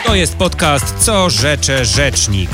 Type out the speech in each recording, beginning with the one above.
To jest podcast Co rzecze rzecznik.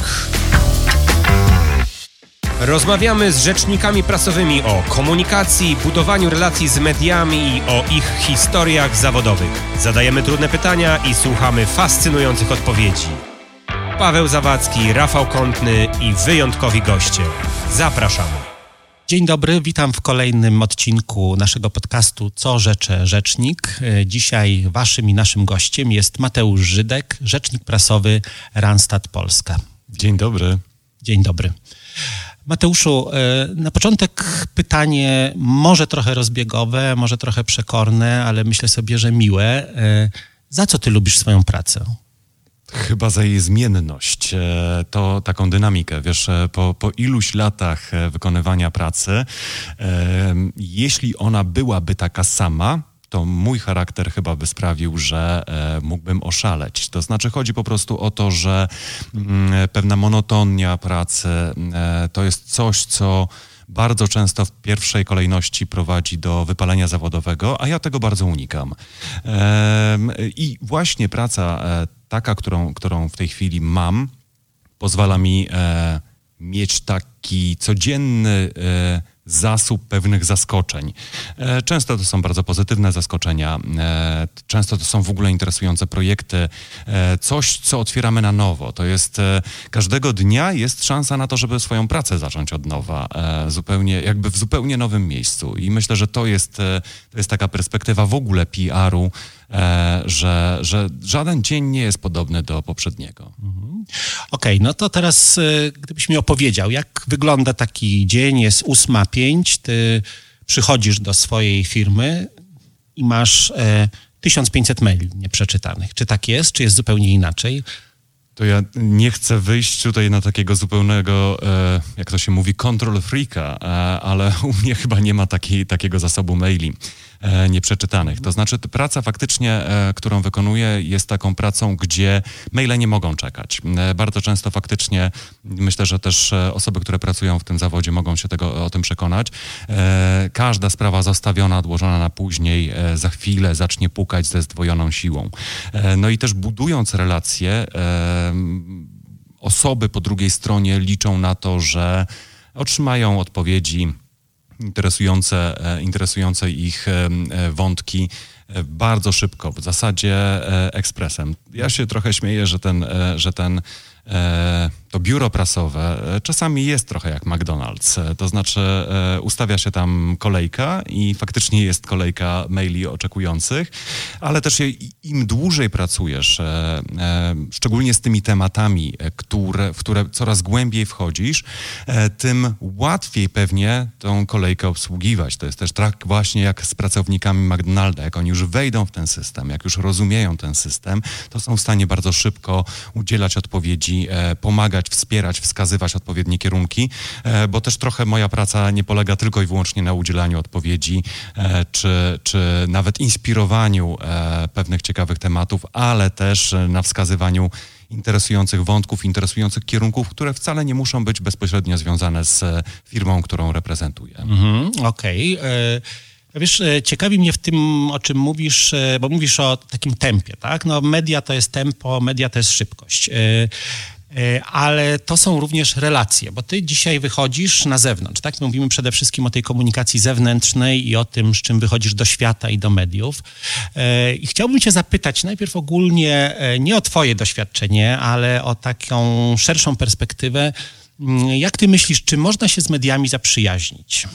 Rozmawiamy z rzecznikami prasowymi o komunikacji, budowaniu relacji z mediami i o ich historiach zawodowych. Zadajemy trudne pytania i słuchamy fascynujących odpowiedzi. Paweł Zawadzki, Rafał Kątny i wyjątkowi goście. Zapraszamy. Dzień dobry, witam w kolejnym odcinku naszego podcastu Co rzecze rzecznik. Dzisiaj waszym i naszym gościem jest Mateusz Żydek, rzecznik prasowy Randstad Polska. Dzień dobry. Dzień dobry. Mateuszu, na początek pytanie może trochę rozbiegowe, może trochę przekorne, ale myślę sobie, że miłe. Za co ty lubisz swoją pracę? Chyba za jej zmienność, to taką dynamikę, wiesz, po iluś latach wykonywania pracy, jeśli ona byłaby taka sama, to mój charakter chyba by sprawił, że mógłbym oszaleć. To znaczy chodzi po prostu o to, że pewna monotonia pracy to jest coś, co bardzo często w pierwszej kolejności prowadzi do wypalenia zawodowego, a ja tego bardzo unikam. I właśnie praca taka, którą w tej chwili mam, pozwala mi mieć taki codzienny zasób pewnych zaskoczeń. Często to są bardzo pozytywne zaskoczenia, często to są w ogóle interesujące projekty, coś, co otwieramy na nowo. To jest, każdego dnia jest szansa na to, żeby swoją pracę zacząć od nowa, jakby w zupełnie nowym miejscu. I myślę, że to jest taka perspektywa w ogóle PR-u, że żaden dzień nie jest podobny do poprzedniego. Okej, no to teraz gdybyś mi opowiedział, jak wygląda taki dzień, jest 8:05, ty przychodzisz do swojej firmy i masz 1500 maili nieprzeczytanych. Czy tak jest, czy jest zupełnie inaczej? To ja nie chcę wyjść tutaj na takiego zupełnego, jak to się mówi, control freaka, ale u mnie chyba nie ma takiego zasobu maili nieprzeczytanych. To znaczy praca faktycznie, którą wykonuję, jest taką pracą, gdzie maile nie mogą czekać. Bardzo często faktycznie, myślę, że też osoby, które pracują w tym zawodzie mogą się o tym przekonać. Każda sprawa zostawiona, odłożona na później, za chwilę zacznie pukać ze zdwojoną siłą. No i też budując relacje, osoby po drugiej stronie liczą na to, że otrzymają odpowiedzi interesujące ich wątki bardzo szybko, w zasadzie ekspresem. Ja się trochę śmieję, że to biuro prasowe czasami jest trochę jak McDonald's. To znaczy ustawia się tam kolejka i faktycznie jest kolejka maili oczekujących, ale też im dłużej pracujesz, szczególnie z tymi tematami, w które coraz głębiej wchodzisz, tym łatwiej pewnie tą kolejkę obsługiwać. To jest też tak właśnie jak z pracownikami McDonalda. Jak oni już wejdą w ten system, jak już rozumieją ten system, to są w stanie bardzo szybko udzielać odpowiedzi, pomagać, wspierać, wskazywać odpowiednie kierunki, bo też trochę moja praca nie polega tylko i wyłącznie na udzielaniu odpowiedzi, czy nawet inspirowaniu pewnych ciekawych tematów, ale też na wskazywaniu interesujących wątków, interesujących kierunków, które wcale nie muszą być bezpośrednio związane z firmą, którą reprezentuję. Okej. Wiesz, ciekawi mnie w tym, o czym mówisz, bo mówisz o takim tempie, tak? No media to jest tempo, media to jest szybkość. Ale to są również relacje, bo ty dzisiaj wychodzisz na zewnątrz, tak? Mówimy przede wszystkim o tej komunikacji zewnętrznej i o tym, z czym wychodzisz do świata i do mediów. I chciałbym cię zapytać najpierw ogólnie, nie o twoje doświadczenie, ale o taką szerszą perspektywę. Jak ty myślisz, czy można się z mediami zaprzyjaźnić?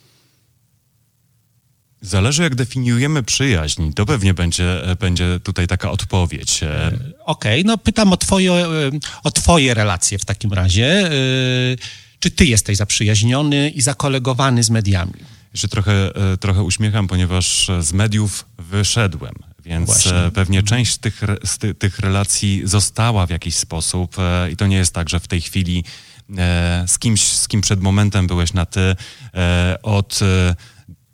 Zależy, jak definiujemy przyjaźń. To pewnie będzie tutaj taka odpowiedź. Okej, no pytam o twoje relacje w takim razie. Czy ty jesteś zaprzyjaźniony i zakolegowany z mediami? Ja się trochę uśmiecham, ponieważ z mediów wyszedłem. Więc właśnie. Pewnie część z tych relacji została w jakiś sposób i to nie jest tak, że w tej chwili z kim przed momentem byłeś na ty, od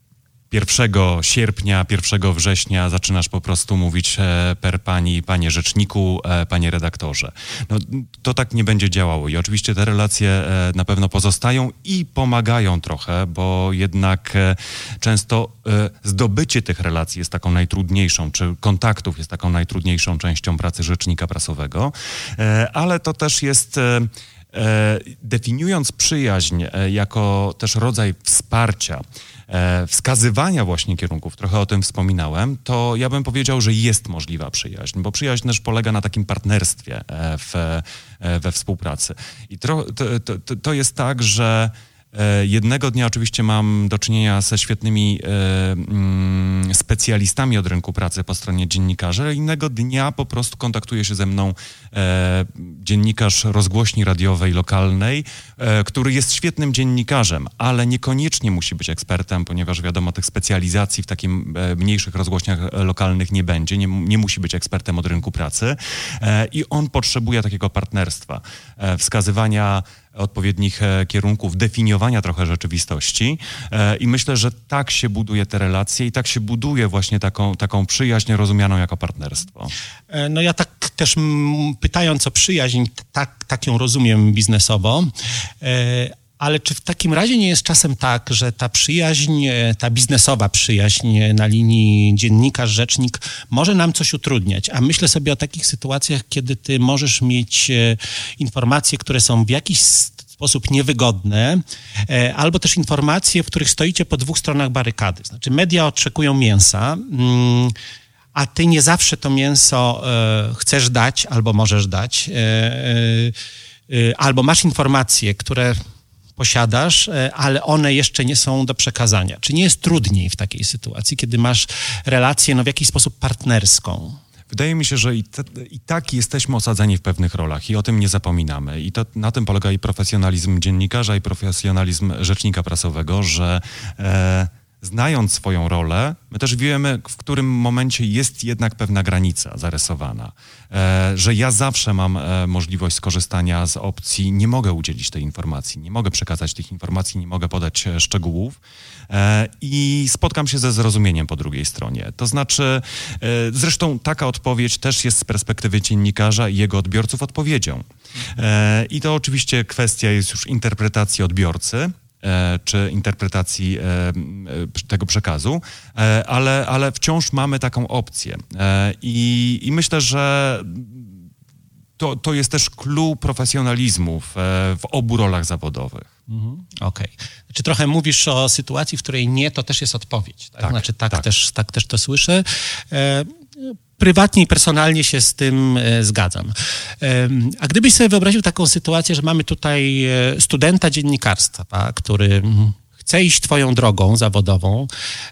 1 sierpnia, 1 września zaczynasz po prostu mówić per pani, panie rzeczniku, panie redaktorze. No, to tak nie będzie działało i oczywiście te relacje na pewno pozostają i pomagają trochę, bo jednak często zdobycie tych relacji jest taką najtrudniejszą, czy kontaktów jest taką najtrudniejszą częścią pracy rzecznika prasowego, ale to też jest... Definiując przyjaźń jako też rodzaj wsparcia, wskazywania właśnie kierunków, trochę o tym wspominałem, to ja bym powiedział, że jest możliwa przyjaźń, bo przyjaźń też polega na takim partnerstwie we współpracy. I to jest tak, że jednego dnia oczywiście mam do czynienia ze świetnymi specjalistami od rynku pracy po stronie dziennikarzy, ale innego dnia po prostu kontaktuje się ze mną dziennikarz rozgłośni radiowej lokalnej, który jest świetnym dziennikarzem, ale niekoniecznie musi być ekspertem, ponieważ wiadomo, tych specjalizacji w takich mniejszych rozgłośniach lokalnych nie będzie, nie musi być ekspertem od rynku pracy i on potrzebuje takiego partnerstwa, wskazywania odpowiednich kierunków, definiowania trochę rzeczywistości i myślę, że tak się buduje te relacje i tak się buduje właśnie taką przyjaźń rozumianą jako partnerstwo. No ja tak też pytając o przyjaźń, tak ją rozumiem biznesowo, ale czy w takim razie nie jest czasem tak, że ta przyjaźń, ta biznesowa przyjaźń na linii dziennikarz-rzecznik może nam coś utrudniać? A myślę sobie o takich sytuacjach, kiedy ty możesz mieć informacje, które są w jakiś sposób niewygodne, albo też informacje, w których stoicie po dwóch stronach barykady. Znaczy media oczekują mięsa, a ty nie zawsze to mięso chcesz dać albo możesz dać, albo masz informacje, które posiadasz, ale one jeszcze nie są do przekazania. Czy nie jest trudniej w takiej sytuacji, kiedy masz relację w jakiś sposób partnerską? Wydaje mi się, że i tak jesteśmy osadzeni w pewnych rolach i o tym nie zapominamy. I to na tym polega i profesjonalizm dziennikarza, i profesjonalizm rzecznika prasowego, że znając swoją rolę, my też wiemy, w którym momencie jest jednak pewna granica zarysowana. Że ja zawsze mam możliwość skorzystania z opcji, nie mogę udzielić tej informacji, nie mogę przekazać tych informacji, nie mogę podać szczegółów i spotkam się ze zrozumieniem po drugiej stronie. To znaczy, zresztą taka odpowiedź też jest z perspektywy dziennikarza i jego odbiorców odpowiedzią. I to oczywiście kwestia jest już interpretacji odbiorcy, czy interpretacji tego przekazu, ale wciąż mamy taką opcję. I myślę, że to jest też clue profesjonalizmu w obu rolach zawodowych. Okej. Znaczy trochę mówisz o sytuacji, w której nie, to też jest odpowiedź. Tak? Znaczy tak też to słyszę. Prywatnie i personalnie się z tym zgadzam. A gdybyś sobie wyobraził taką sytuację, że mamy tutaj studenta dziennikarstwa, tak, który chce iść twoją drogą zawodową,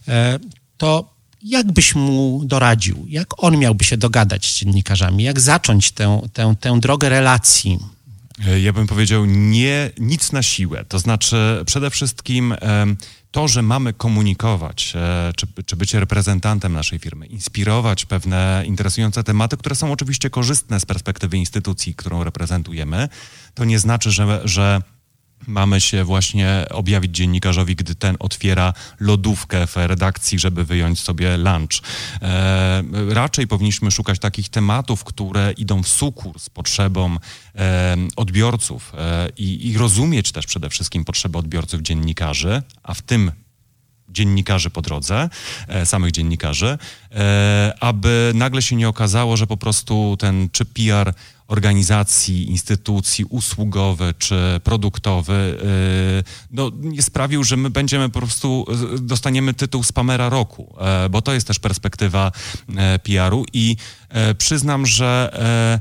to jak byś mu doradził? Jak on miałby się dogadać z dziennikarzami? Jak zacząć tę drogę relacji? Ja bym powiedział nic na siłę. To znaczy przede wszystkim to, że mamy komunikować, czy być reprezentantem naszej firmy, inspirować pewne interesujące tematy, które są oczywiście korzystne z perspektywy instytucji, którą reprezentujemy, to nie znaczy, że mamy się właśnie objawić dziennikarzowi, gdy ten otwiera lodówkę w redakcji, żeby wyjąć sobie lunch. Raczej powinniśmy szukać takich tematów, które idą w sukurs z potrzebą odbiorców i rozumieć też przede wszystkim potrzeby odbiorców dziennikarzy, a w tym dziennikarzy po drodze, samych dziennikarzy, aby nagle się nie okazało, że po prostu ten czy PR organizacji, instytucji usługowy czy produktowy nie sprawił, że my będziemy po prostu, dostaniemy tytuł spamera roku, bo to jest też perspektywa PR-u i przyznam, że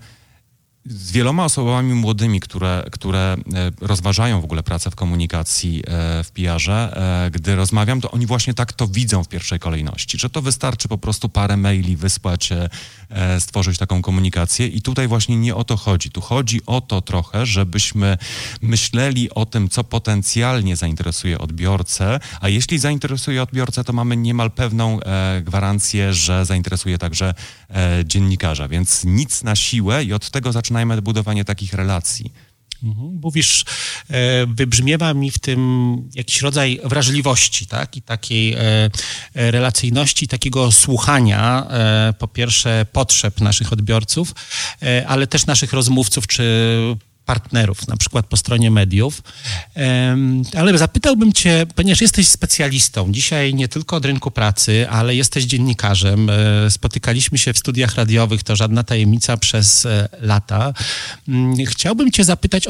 z wieloma osobami młodymi, które rozważają w ogóle pracę w komunikacji w PR-ze, gdy rozmawiam, to oni właśnie tak to widzą w pierwszej kolejności, że to wystarczy po prostu parę maili wysłać, stworzyć taką komunikację i tutaj właśnie nie o to chodzi. Tu chodzi o to trochę, żebyśmy myśleli o tym, co potencjalnie zainteresuje odbiorcę, a jeśli zainteresuje odbiorcę, to mamy niemal pewną gwarancję, że zainteresuje także dziennikarza, więc nic na siłę i od tego zaczynajmy budowanie takich relacji. Mówisz, wybrzmiewa mi w tym jakiś rodzaj wrażliwości, tak? I takiej relacyjności, takiego słuchania, po pierwsze potrzeb naszych odbiorców, ale też naszych rozmówców czy partnerów, na przykład po stronie mediów. Ale zapytałbym cię, ponieważ jesteś specjalistą, dzisiaj nie tylko od rynku pracy, ale jesteś dziennikarzem. Spotykaliśmy się w studiach radiowych, to żadna tajemnica, przez lata. Chciałbym cię zapytać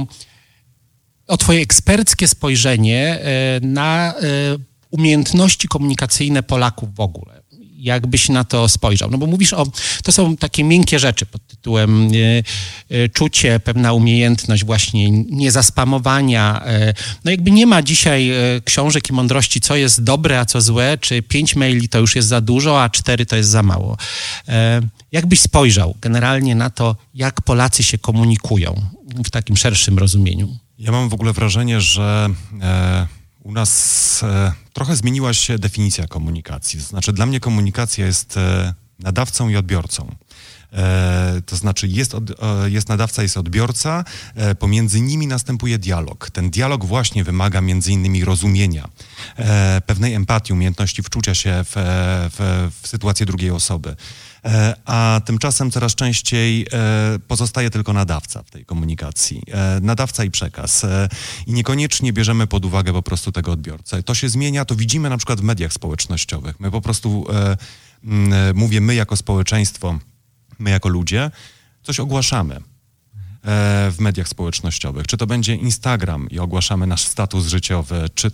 o twoje eksperckie spojrzenie na umiejętności komunikacyjne Polaków w ogóle. Jakbyś na to spojrzał? No bo mówisz to są takie miękkie rzeczy pod tytułem czucie, pewna umiejętność właśnie niezaspamowania. No jakby nie ma dzisiaj książek i mądrości, co jest dobre, a co złe, czy 5 maili to już jest za dużo, a 4 to jest za mało. Jakbyś spojrzał generalnie na to, jak Polacy się komunikują w takim szerszym rozumieniu? Ja mam w ogóle wrażenie, że u nas trochę zmieniła się definicja komunikacji. To znaczy dla mnie komunikacja jest nadawcą i odbiorcą. To znaczy jest nadawca, jest odbiorca, pomiędzy nimi następuje dialog. Ten dialog właśnie wymaga między innymi rozumienia, pewnej empatii, umiejętności wczucia się w sytuację drugiej osoby. A tymczasem coraz częściej pozostaje tylko nadawca w tej komunikacji. Nadawca i przekaz. I niekoniecznie bierzemy pod uwagę po prostu tego odbiorcę. To się zmienia, to widzimy na przykład w mediach społecznościowych. My po prostu, mówię my jako społeczeństwo, my jako ludzie, coś ogłaszamy w mediach społecznościowych. Czy to będzie Instagram i ogłaszamy nasz status życiowy, czy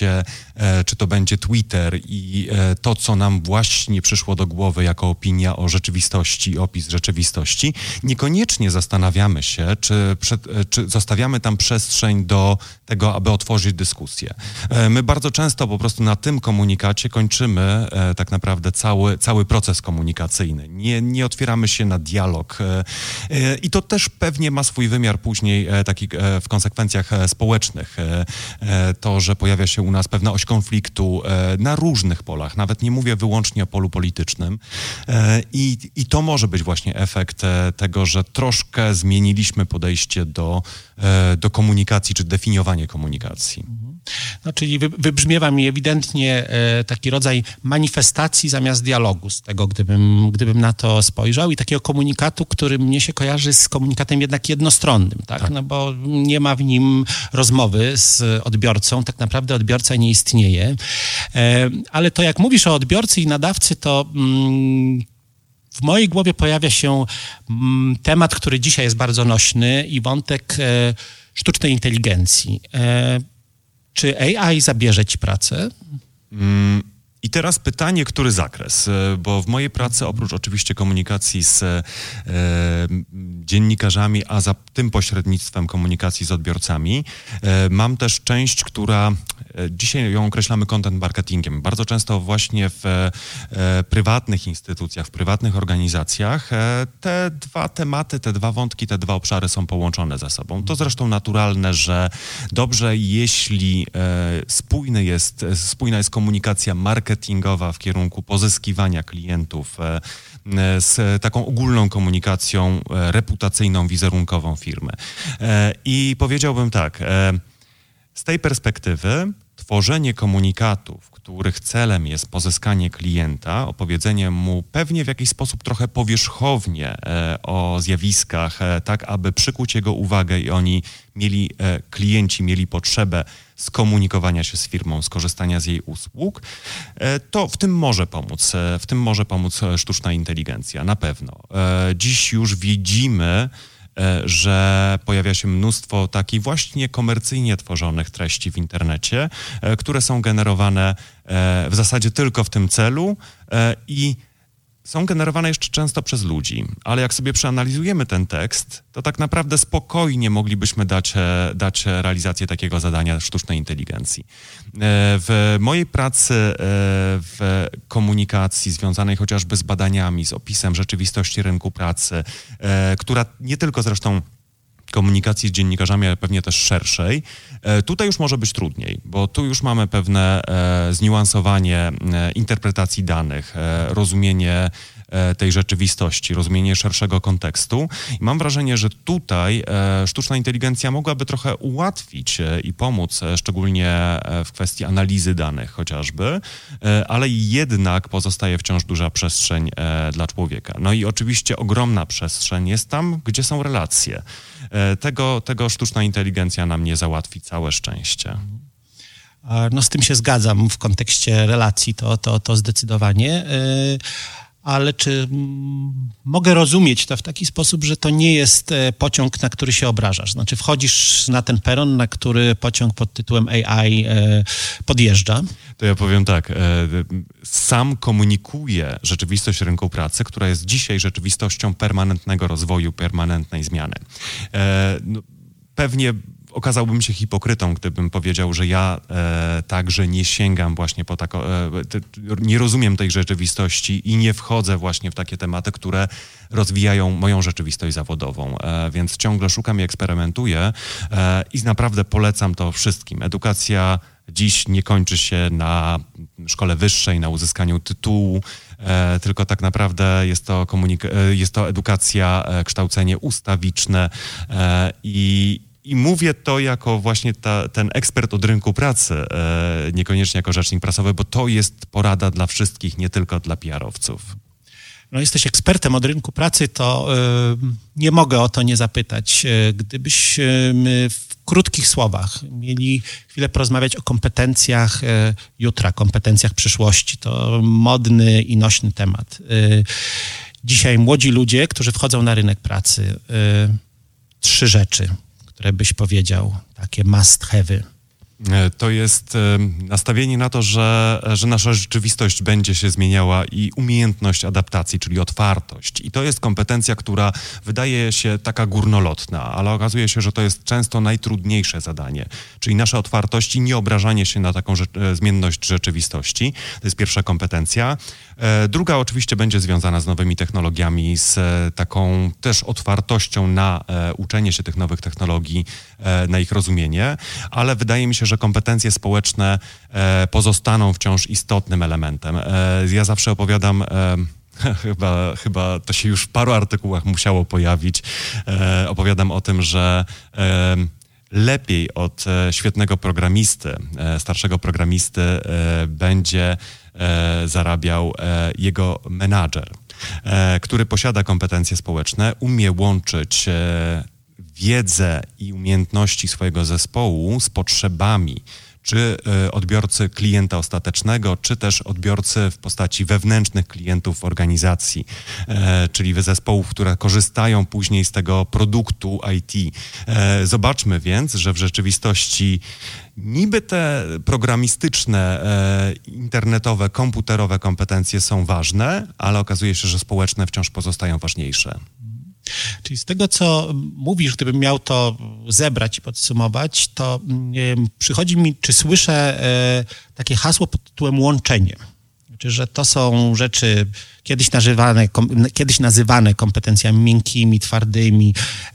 to będzie Twitter i to, co nam właśnie przyszło do głowy jako opinia o rzeczywistości, opis rzeczywistości. Niekoniecznie zastanawiamy się, czy zostawiamy tam przestrzeń do tego, aby otworzyć dyskusję. My bardzo często po prostu na tym komunikacie kończymy tak naprawdę cały proces komunikacyjny. Nie otwieramy się na dialog. I to też pewnie ma swój wymiar później taki w konsekwencjach społecznych. To, że pojawia się u nas pewna oś konfliktu na różnych polach, nawet nie mówię wyłącznie o polu politycznym. I to może być właśnie efekt tego, że troszkę zmieniliśmy podejście do komunikacji, czy definiowanie komunikacji. No, czyli wybrzmiewa mi ewidentnie taki rodzaj manifestacji zamiast dialogu z tego, gdybym na to spojrzał, i takiego komunikatu, który mnie się kojarzy z komunikatem jednak jednostronnym, tak? No bo nie ma w nim rozmowy z odbiorcą, tak naprawdę odbiorca nie istnieje. Ale to jak mówisz o odbiorcy i nadawcy, to w mojej głowie pojawia się temat, który dzisiaj jest bardzo nośny, i wątek sztucznej inteligencji. Czy AI zabierze ci pracę? I teraz pytanie, który zakres? Bo w mojej pracy, oprócz oczywiście komunikacji z dziennikarzami, a za tym pośrednictwem komunikacji z odbiorcami, mam też część, która dzisiaj ją określamy content marketingiem. Bardzo często właśnie w prywatnych instytucjach, w prywatnych organizacjach te dwa tematy, te dwa wątki, te dwa obszary są połączone ze sobą. To zresztą naturalne, że jeśli spójna jest komunikacja marketingowa w kierunku pozyskiwania klientów z taką ogólną komunikacją reputacyjną, wizerunkową firmy. I powiedziałbym tak, z tej perspektywy tworzenie komunikatów, których celem jest pozyskanie klienta, opowiedzenie mu pewnie w jakiś sposób trochę powierzchownie o zjawiskach, tak aby przykuć jego uwagę i klienci mieli potrzebę skomunikowania się z firmą, skorzystania z jej usług, to w tym może pomóc sztuczna inteligencja, na pewno. Dziś już widzimy, że pojawia się mnóstwo takich właśnie komercyjnie tworzonych treści w internecie, które są generowane w zasadzie tylko w tym celu i są generowane jeszcze często przez ludzi. Ale jak sobie przeanalizujemy ten tekst, to tak naprawdę spokojnie moglibyśmy dać realizację takiego zadania sztucznej inteligencji. W mojej pracy w komunikacji związanej chociażby z badaniami, z opisem rzeczywistości rynku pracy, która nie tylko zresztą komunikacji z dziennikarzami, ale pewnie też szerszej, tutaj już może być trudniej, bo tu już mamy pewne zniuansowanie interpretacji danych, rozumienie tej rzeczywistości, rozumienie szerszego kontekstu. I mam wrażenie, że tutaj sztuczna inteligencja mogłaby trochę ułatwić i pomóc, szczególnie w kwestii analizy danych chociażby, ale jednak pozostaje wciąż duża przestrzeń dla człowieka. No i oczywiście ogromna przestrzeń jest tam, gdzie są relacje. Tego sztuczna inteligencja nam nie załatwi, całe szczęście. No z tym się zgadzam w kontekście relacji, to zdecydowanie. Ale czy mogę rozumieć to w taki sposób, że to nie jest pociąg, na który się obrażasz? Znaczy wchodzisz na ten peron, na który pociąg pod tytułem AI podjeżdża? To ja powiem tak, sam komunikuję rzeczywistość rynku pracy, która jest dzisiaj rzeczywistością permanentnego rozwoju, permanentnej zmiany. Pewnie okazałbym się hipokrytą, gdybym powiedział, że ja także nie sięgam właśnie po taką, nie rozumiem tej rzeczywistości i nie wchodzę właśnie w takie tematy, które rozwijają moją rzeczywistość zawodową. Więc ciągle szukam i eksperymentuję i naprawdę polecam to wszystkim. Edukacja dziś nie kończy się na szkole wyższej, na uzyskaniu tytułu, tylko tak naprawdę jest to edukacja, kształcenie ustawiczne i mówię to jako właśnie ten ekspert od rynku pracy, niekoniecznie jako rzecznik prasowy, bo to jest porada dla wszystkich, nie tylko dla PR-owców. No jesteś ekspertem od rynku pracy, to nie mogę o to nie zapytać. Gdybyśmy w krótkich słowach mieli chwilę porozmawiać o kompetencjach jutra, kompetencjach przyszłości, to modny i nośny temat. Dzisiaj młodzi ludzie, którzy wchodzą na rynek pracy, 3 rzeczy, które byś powiedział, takie must have'y. To jest nastawienie na to, że nasza rzeczywistość będzie się zmieniała i umiejętność adaptacji, czyli otwartość. I to jest kompetencja, która wydaje się taka górnolotna, ale okazuje się, że to jest często najtrudniejsze zadanie. Czyli nasza otwartość i nieobrażanie się na taką zmienność rzeczywistości. To jest pierwsza kompetencja. Druga oczywiście będzie związana z nowymi technologiami, z taką też otwartością na uczenie się tych nowych technologii, na ich rozumienie, ale wydaje mi się, że kompetencje społeczne pozostaną wciąż istotnym elementem. Ja zawsze opowiadam, chyba to się już w paru artykułach musiało pojawić, opowiadam o tym, że lepiej od świetnego programisty, starszego programisty będzie zarabiał jego menadżer, który posiada kompetencje społeczne, umie łączyć wiedzę i umiejętności swojego zespołu z potrzebami czy odbiorcy klienta ostatecznego, czy też odbiorcy w postaci wewnętrznych klientów organizacji, czyli zespołów, które korzystają później z tego produktu IT. Zobaczmy więc, że w rzeczywistości niby te programistyczne, internetowe, komputerowe kompetencje są ważne, ale okazuje się, że społeczne wciąż pozostają ważniejsze. Czyli z tego, co mówisz, gdybym miał to zebrać i podsumować, to przychodzi mi, czy słyszę takie hasło pod tytułem łączenie. Znaczy, że to są rzeczy kiedyś nazywane kompetencjami miękkimi, twardymi,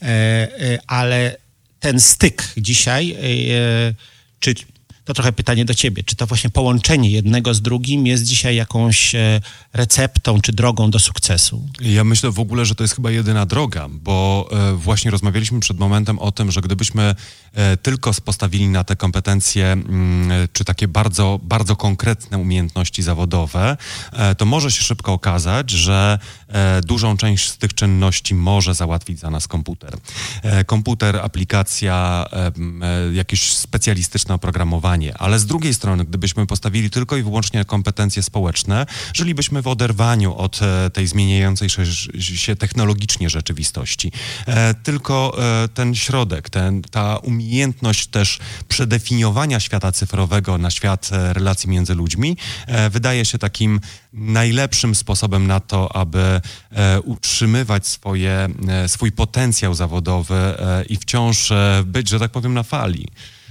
ale ten styk dzisiaj, czy to trochę pytanie do ciebie, czy to właśnie połączenie jednego z drugim jest dzisiaj jakąś receptą czy drogą do sukcesu? Ja myślę w ogóle, że to jest chyba jedyna droga, bo właśnie rozmawialiśmy przed momentem o tym, że gdybyśmy tylko postawili na te kompetencje, czy takie bardzo, bardzo konkretne umiejętności zawodowe, to może się szybko okazać, że dużą część z tych czynności może załatwić za nas komputer. Komputer, aplikacja, jakieś specjalistyczne oprogramowanie, ale z drugiej strony, gdybyśmy postawili tylko i wyłącznie kompetencje społeczne, żylibyśmy w oderwaniu od tej zmieniającej się technologicznie rzeczywistości. Tylko ten środek, ta umiejętność też przedefiniowania świata cyfrowego na świat relacji między ludźmi wydaje się takim najlepszym sposobem na to, aby utrzymywać swój potencjał zawodowy i wciąż być, że tak powiem, na fali.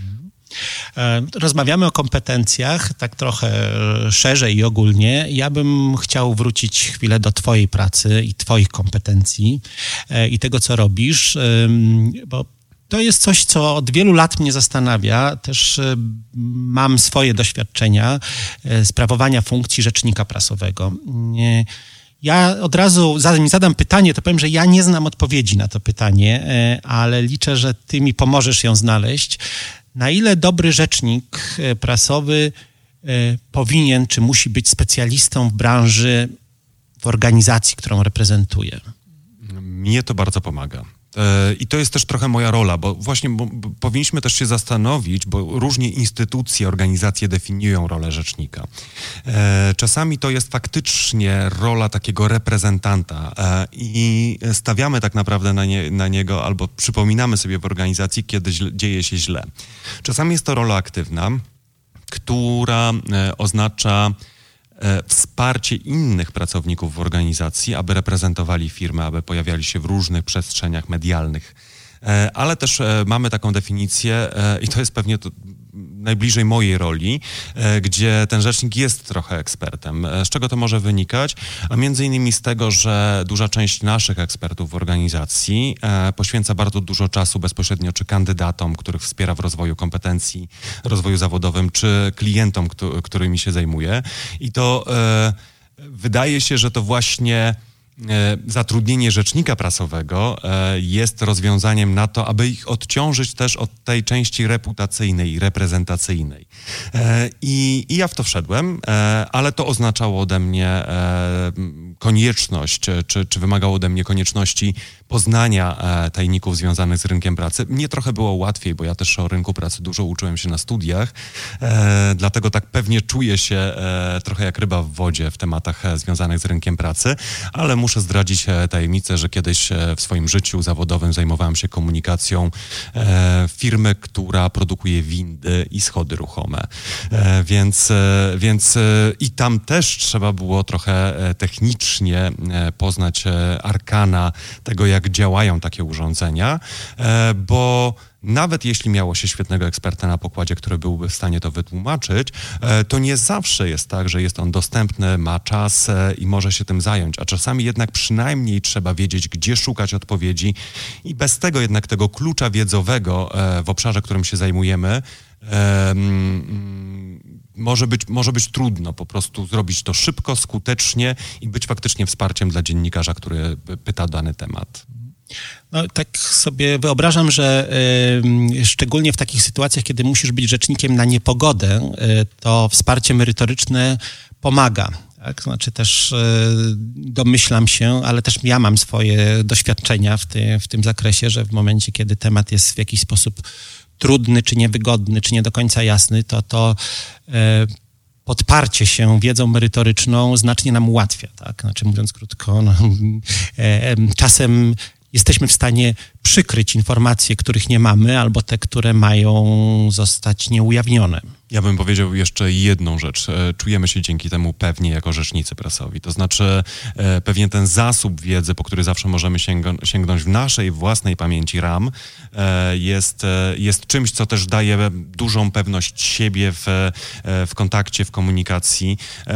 Rozmawiamy o kompetencjach, tak trochę szerzej i ogólnie. Ja bym chciał wrócić chwilę do twojej pracy i twoich kompetencji i tego, co robisz, bo to jest coś, co od wielu lat mnie zastanawia. Też mam swoje doświadczenia sprawowania funkcji rzecznika prasowego. Ja od razu, zanim zadam pytanie, to powiem, że ja nie znam odpowiedzi na to pytanie, ale liczę, że ty mi pomożesz ją znaleźć. Na ile dobry rzecznik prasowy powinien, czy musi być specjalistą w branży, w organizacji, którą reprezentuje? Mnie to bardzo pomaga. I to jest też trochę moja rola, bo powinniśmy też się zastanowić, bo różnie instytucje, organizacje definiują rolę rzecznika. Czasami to jest faktycznie rola takiego reprezentanta i stawiamy tak naprawdę na niego albo przypominamy sobie w organizacji, kiedy dzieje się źle. Czasami jest to rola aktywna, która oznacza wsparcie innych pracowników w organizacji, aby reprezentowali firmę, aby pojawiali się w różnych przestrzeniach medialnych. Ale też mamy taką definicję i to jest pewnie najbliżej mojej roli, gdzie ten rzecznik jest trochę ekspertem. Z czego to może wynikać? A między innymi z tego, że duża część naszych ekspertów w organizacji poświęca bardzo dużo czasu bezpośrednio czy kandydatom, których wspiera w rozwoju kompetencji, rozwoju zawodowym, czy klientom, którymi się zajmuje. I to wydaje się, że to właśnie zatrudnienie rzecznika prasowego jest rozwiązaniem na to, aby ich odciążyć też od tej części reputacyjnej i reprezentacyjnej. I ja w to wszedłem, ale to oznaczało ode mnie konieczność, czy wymagało ode mnie konieczności poznania tajników związanych z rynkiem pracy. Mnie trochę było łatwiej, bo ja też o rynku pracy dużo uczyłem się na studiach, dlatego tak pewnie czuję się trochę jak ryba w wodzie w tematach związanych z rynkiem pracy, ale muszę zdradzić tajemnicę, że kiedyś w swoim życiu zawodowym zajmowałem się komunikacją firmy, która produkuje windy i schody ruchome. Więc i tam też trzeba było trochę technicznie poznać arkana tego, jak działają takie urządzenia, bo nawet jeśli miało się świetnego eksperta na pokładzie, który byłby w stanie to wytłumaczyć, to nie zawsze jest tak, że jest on dostępny, ma czas i może się tym zająć, a czasami jednak przynajmniej trzeba wiedzieć, gdzie szukać odpowiedzi i bez tego jednak tego klucza wiedzowego w obszarze, którym się zajmujemy, może być trudno po prostu zrobić to szybko, skutecznie i być faktycznie wsparciem dla dziennikarza, który pyta dany temat. No, tak sobie wyobrażam, że szczególnie w takich sytuacjach, kiedy musisz być rzecznikiem na niepogodę, to wsparcie merytoryczne pomaga. Tak? Znaczy też domyślam się, ale też ja mam swoje doświadczenia w tym zakresie, że w momencie, kiedy temat jest w jakiś sposób trudny, czy niewygodny, czy nie do końca jasny, to podparcie się wiedzą merytoryczną znacznie nam ułatwia. Tak? Znaczy, mówiąc krótko, czasem jesteśmy w stanie przykryć informacje, których nie mamy, albo te, które mają zostać nieujawnione. Ja bym powiedział jeszcze jedną rzecz. Czujemy się dzięki temu pewnie jako rzecznicy prasowi. To znaczy pewnie ten zasób wiedzy, po który zawsze możemy sięgnąć w naszej własnej pamięci RAM, jest czymś, co też daje dużą pewność siebie w kontakcie, w komunikacji.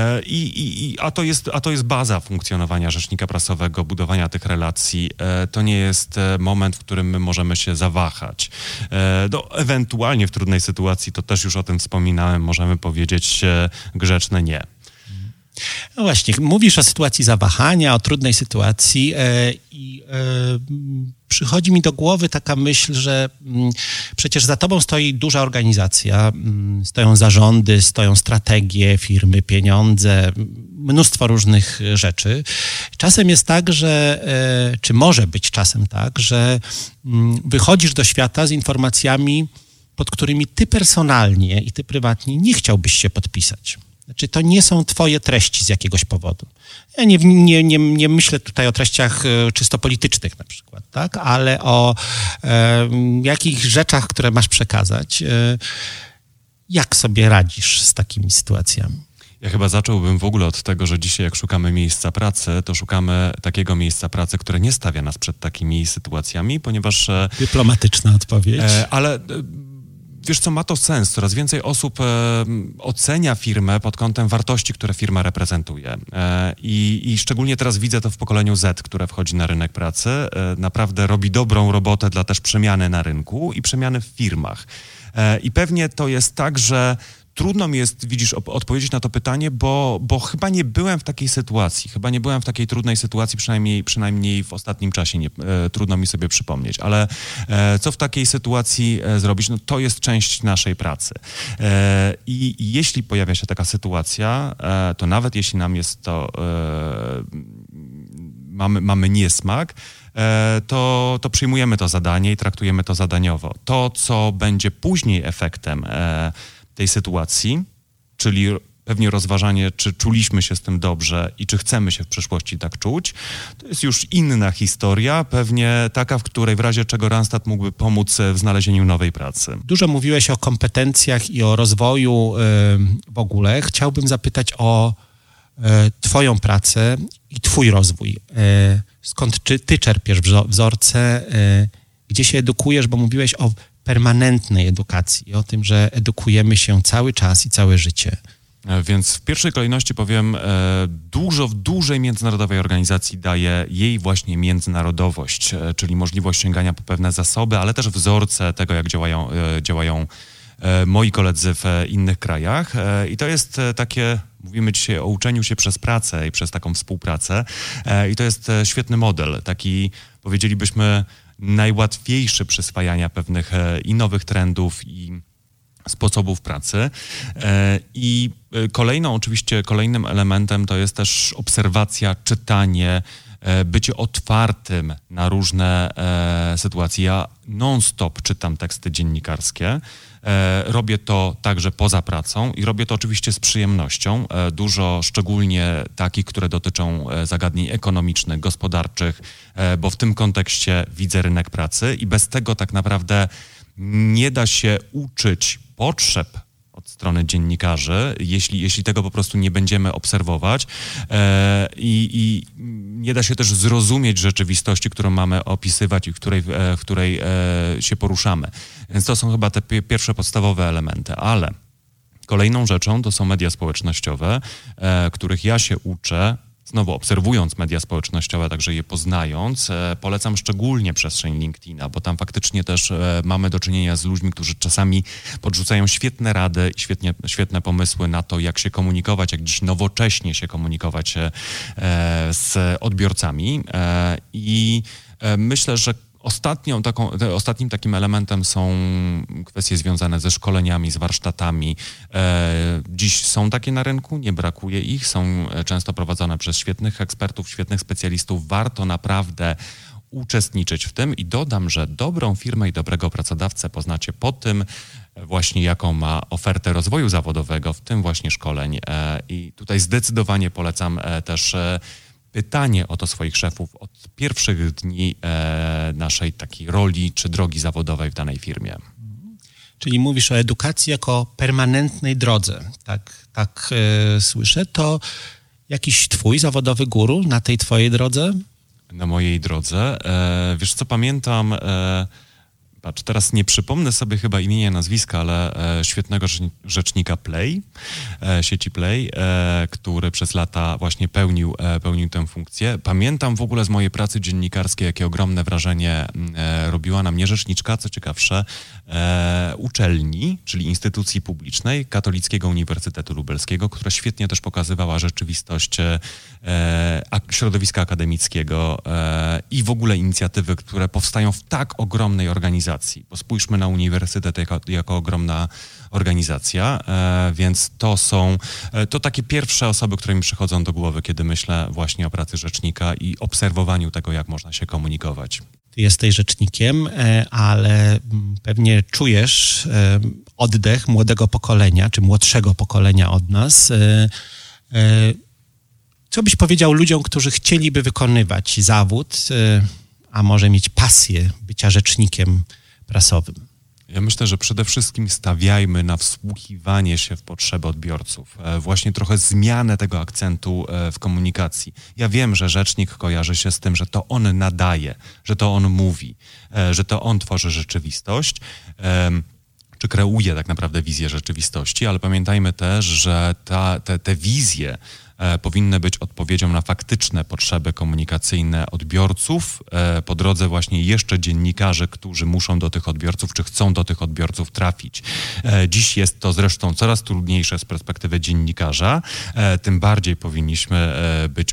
A to jest baza funkcjonowania rzecznika prasowego, budowania tych relacji. To nie jest moment, w którym my możemy się zawahać. Ewentualnie w trudnej sytuacji, to też już o tym wspominałem, możemy powiedzieć grzeczne nie. No właśnie, mówisz o sytuacji zawahania, o trudnej sytuacji i przychodzi mi do głowy taka myśl, że przecież za tobą stoi duża organizacja, stoją zarządy, stoją strategie, firmy, pieniądze, mnóstwo różnych rzeczy. Czasem jest tak, czy może być czasem tak, że wychodzisz do świata z informacjami, pod którymi ty personalnie i ty prywatnie nie chciałbyś się podpisać. Znaczy, to nie są twoje treści z jakiegoś powodu. Ja nie myślę tutaj o treściach czysto politycznych na przykład, tak? Ale o jakichś rzeczach, które masz przekazać. Jak sobie radzisz z takimi sytuacjami? Ja chyba zacząłbym w ogóle od tego, że dzisiaj jak szukamy miejsca pracy, to szukamy takiego miejsca pracy, które nie stawia nas przed takimi sytuacjami, ponieważ... Dyplomatyczna odpowiedź. Ale... Wiesz co, ma to sens. Coraz więcej osób ocenia firmę pod kątem wartości, które firma reprezentuje. I szczególnie teraz widzę to w pokoleniu Z, które wchodzi na rynek pracy. Naprawdę robi dobrą robotę dla też przemiany na rynku i przemiany w firmach. I pewnie to jest tak, że Trudno mi jest, widzisz, odpowiedzieć na to pytanie, bo chyba nie byłem w takiej sytuacji. Chyba nie byłem w takiej trudnej sytuacji, przynajmniej w ostatnim czasie. Trudno mi sobie przypomnieć. Ale co w takiej sytuacji zrobić? No to jest część naszej pracy. I jeśli pojawia się taka sytuacja, to nawet jeśli nam jest to... mamy niesmak, to przyjmujemy to zadanie i traktujemy to zadaniowo. To, co będzie później efektem tej sytuacji, czyli pewnie rozważanie, czy czuliśmy się z tym dobrze i czy chcemy się w przyszłości tak czuć, to jest już inna historia, pewnie taka, w której w razie czego Randstad mógłby pomóc w znalezieniu nowej pracy. Dużo mówiłeś o kompetencjach i o rozwoju w ogóle. Chciałbym zapytać o twoją pracę i twój rozwój. Skąd ty czerpiesz wzorce? Gdzie się edukujesz? Bo mówiłeś o permanentnej edukacji, o tym, że edukujemy się cały czas i całe życie. Więc w pierwszej kolejności powiem, w dużej międzynarodowej organizacji daje jej właśnie międzynarodowość, czyli możliwość sięgania po pewne zasoby, ale też wzorce tego, jak działają moi koledzy w innych krajach. I to jest takie, mówimy dzisiaj o uczeniu się przez pracę i przez taką współpracę. I to jest świetny model, taki powiedzielibyśmy najłatwiejszy przyswajania pewnych i nowych trendów i sposobów pracy. I kolejnym elementem to jest też obserwacja, czytanie, bycie otwartym na różne sytuacje. Ja non-stop czytam teksty dziennikarskie. Robię to także poza pracą i robię to oczywiście z przyjemnością. Dużo szczególnie takich, które dotyczą zagadnień ekonomicznych, gospodarczych, bo w tym kontekście widzę rynek pracy i bez tego tak naprawdę nie da się uczyć potrzeb od strony dziennikarzy, jeśli tego po prostu nie będziemy obserwować i nie da się też zrozumieć rzeczywistości, którą mamy opisywać i w której się poruszamy. Więc to są chyba te pierwsze podstawowe elementy, ale kolejną rzeczą to są media społecznościowe, których ja się uczę. Znowu obserwując media społecznościowe, także je poznając, polecam szczególnie przestrzeń LinkedIna, bo tam faktycznie też mamy do czynienia z ludźmi, którzy czasami podrzucają świetne rady i świetne pomysły na to, jak się komunikować, jak dziś nowocześnie się komunikować z odbiorcami. I myślę, że ostatnim takim elementem są kwestie związane ze szkoleniami, z warsztatami. Dziś są takie na rynku, nie brakuje ich, są często prowadzone przez świetnych ekspertów, świetnych specjalistów. Warto naprawdę uczestniczyć w tym i dodam, że dobrą firmę i dobrego pracodawcę poznacie po tym właśnie, jaką ma ofertę rozwoju zawodowego, w tym właśnie szkoleń. I tutaj zdecydowanie polecam też pytanie o to swoich szefów od pierwszych dni naszej takiej roli czy drogi zawodowej w danej firmie. Czyli mówisz o edukacji jako permanentnej drodze. Tak słyszę. To jakiś twój zawodowy guru na tej twojej drodze? Na mojej drodze? Wiesz co, pamiętam... Patrz, teraz nie przypomnę sobie chyba imienia, nazwiska, ale świetnego rzecznika Play, sieci Play, który przez lata właśnie pełnił tę funkcję. Pamiętam w ogóle z mojej pracy dziennikarskiej, jakie ogromne wrażenie robiła na mnie rzeczniczka, co ciekawsze, uczelni, czyli instytucji publicznej Katolickiego Uniwersytetu Lubelskiego, która świetnie też pokazywała rzeczywistość środowiska akademickiego i w ogóle inicjatywy, które powstają w tak ogromnej organizacji. Bo spójrzmy na uniwersytet jako ogromna organizacja, więc to takie pierwsze osoby, które mi przychodzą do głowy, kiedy myślę właśnie o pracy rzecznika i obserwowaniu tego, jak można się komunikować. Ty jesteś rzecznikiem, ale pewnie czujesz oddech młodego pokolenia, czy młodszego pokolenia od nas. Co byś powiedział ludziom, którzy chcieliby wykonywać zawód, a może mieć pasję bycia rzecznikiem prasowym? Ja myślę, że przede wszystkim stawiajmy na wsłuchiwanie się w potrzeby odbiorców. Właśnie trochę zmianę tego akcentu w komunikacji. Ja wiem, że rzecznik kojarzy się z tym, że to on nadaje, że to on mówi, że to on tworzy rzeczywistość, czy kreuje tak naprawdę wizję rzeczywistości, ale pamiętajmy też, że te wizje powinny być odpowiedzią na faktyczne potrzeby komunikacyjne odbiorców. Po drodze właśnie jeszcze dziennikarzy, którzy muszą do tych odbiorców, czy chcą do tych odbiorców trafić. Dziś jest to zresztą coraz trudniejsze z perspektywy dziennikarza. Tym bardziej powinniśmy być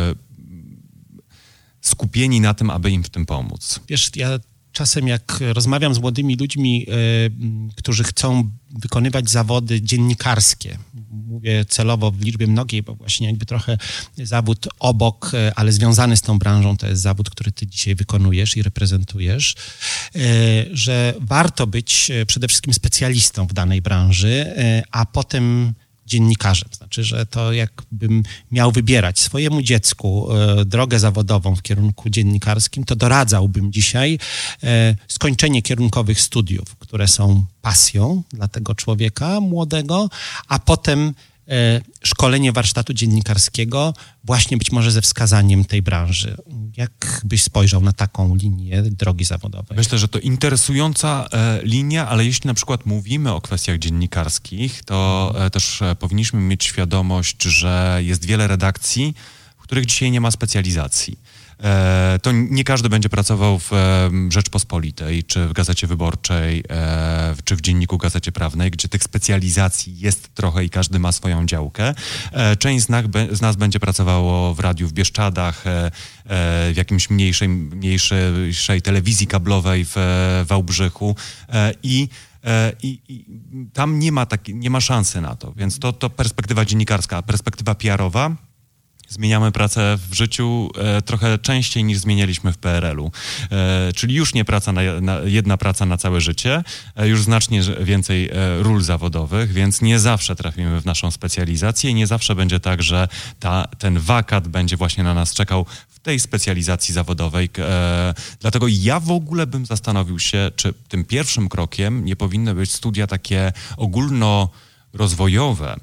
skupieni na tym, aby im w tym pomóc. Wiesz, ja czasem jak rozmawiam z młodymi ludźmi, którzy chcą wykonywać zawody dziennikarskie, mówię celowo w liczbie mnogiej, bo właśnie jakby trochę zawód obok, ale związany z tą branżą, to jest zawód, który ty dzisiaj wykonujesz i reprezentujesz, że warto być przede wszystkim specjalistą w danej branży, a potem dziennikarzem. Znaczy, że to jakbym miał wybierać swojemu dziecku drogę zawodową w kierunku dziennikarskim, to doradzałbym dzisiaj skończenie kierunkowych studiów, które są pasją dla tego człowieka młodego, a potem szkolenie warsztatu dziennikarskiego, właśnie być może ze wskazaniem tej branży. Jak byś spojrzał na taką linię drogi zawodowej? Myślę, że to interesująca linia, ale jeśli na przykład mówimy o kwestiach dziennikarskich, to też powinniśmy mieć świadomość, że jest wiele redakcji, w których dzisiaj nie ma specjalizacji. To nie każdy będzie pracował w Rzeczpospolitej, czy w Gazecie Wyborczej, czy w Dzienniku Gazecie Prawnej, gdzie tych specjalizacji jest trochę i każdy ma swoją działkę. Część z nas będzie pracowało w radiu w Bieszczadach, w jakimś mniejszej telewizji kablowej w Wałbrzychu i tam nie ma szansy na to, więc to perspektywa dziennikarska, perspektywa PR-owa. Zmieniamy pracę w życiu trochę częściej niż zmienialiśmy w PRL-u. Czyli już nie jedna praca na całe życie, już znacznie więcej ról zawodowych, więc nie zawsze trafimy w naszą specjalizację i nie zawsze będzie tak, że ten wakat będzie właśnie na nas czekał w tej specjalizacji zawodowej. Dlatego ja w ogóle bym zastanowił się, czy tym pierwszym krokiem nie powinny być studia takie ogólnorozwojowe.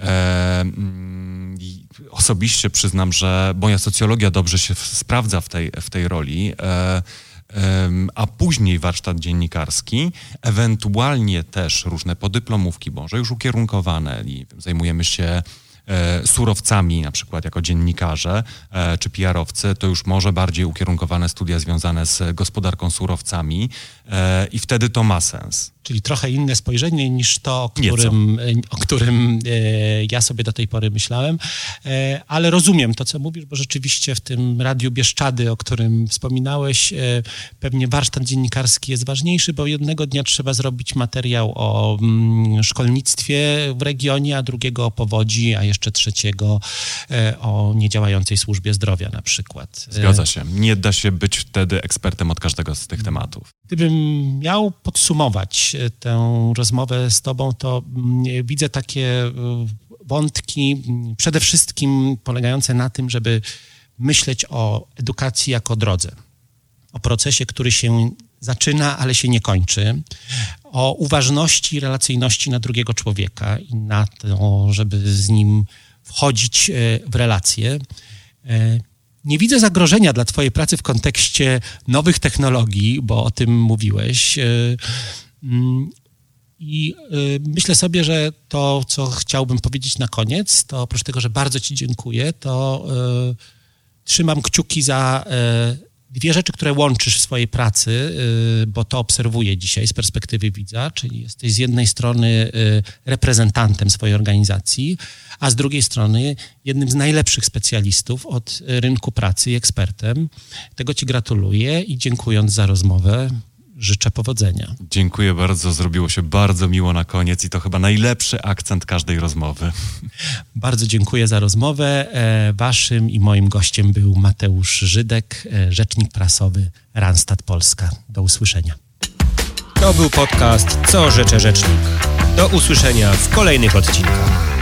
Osobiście przyznam, że moja socjologia dobrze się sprawdza w tej roli, a później warsztat dziennikarski, ewentualnie też różne podyplomówki, może już ukierunkowane i zajmujemy się surowcami, na przykład jako dziennikarze czy PR-owcy, to już może bardziej ukierunkowane studia związane z gospodarką surowcami i wtedy to ma sens. Czyli trochę inne spojrzenie niż to, o którym ja sobie do tej pory myślałem, ale rozumiem to, co mówisz, bo rzeczywiście w tym Radiu Bieszczady, o którym wspominałeś, pewnie warsztat dziennikarski jest ważniejszy, bo jednego dnia trzeba zrobić materiał o szkolnictwie w regionie, a drugiego o powodzi, a jeszcze trzeciego o niedziałającej służbie zdrowia na przykład. Zgadza się. Nie da się być wtedy ekspertem od każdego z tych tematów. Gdybym miał podsumować tę rozmowę z tobą, to widzę takie wątki przede wszystkim polegające na tym, żeby myśleć o edukacji jako drodze, o procesie, który się zaczyna, ale się nie kończy, o uważności i relacyjności na drugiego człowieka i na to, żeby z nim wchodzić w relacje. Nie widzę zagrożenia dla twojej pracy w kontekście nowych technologii, bo o tym mówiłeś. I myślę sobie, że to, co chciałbym powiedzieć na koniec, to oprócz tego, że bardzo ci dziękuję, to trzymam kciuki za dwie rzeczy, które łączysz w swojej pracy, bo to obserwuję dzisiaj z perspektywy widza, czyli jesteś z jednej strony reprezentantem swojej organizacji, a z drugiej strony jednym z najlepszych specjalistów od rynku pracy i ekspertem. Tego ci gratuluję i dziękując za rozmowę, życzę powodzenia. Dziękuję bardzo, zrobiło się bardzo miło na koniec i to chyba najlepszy akcent każdej rozmowy. Bardzo dziękuję za rozmowę. Waszym i moim gościem był Mateusz Żydek, rzecznik prasowy Randstad Polska. Do usłyszenia. To był podcast Co rzecze rzecznik. Do usłyszenia w kolejnych odcinkach.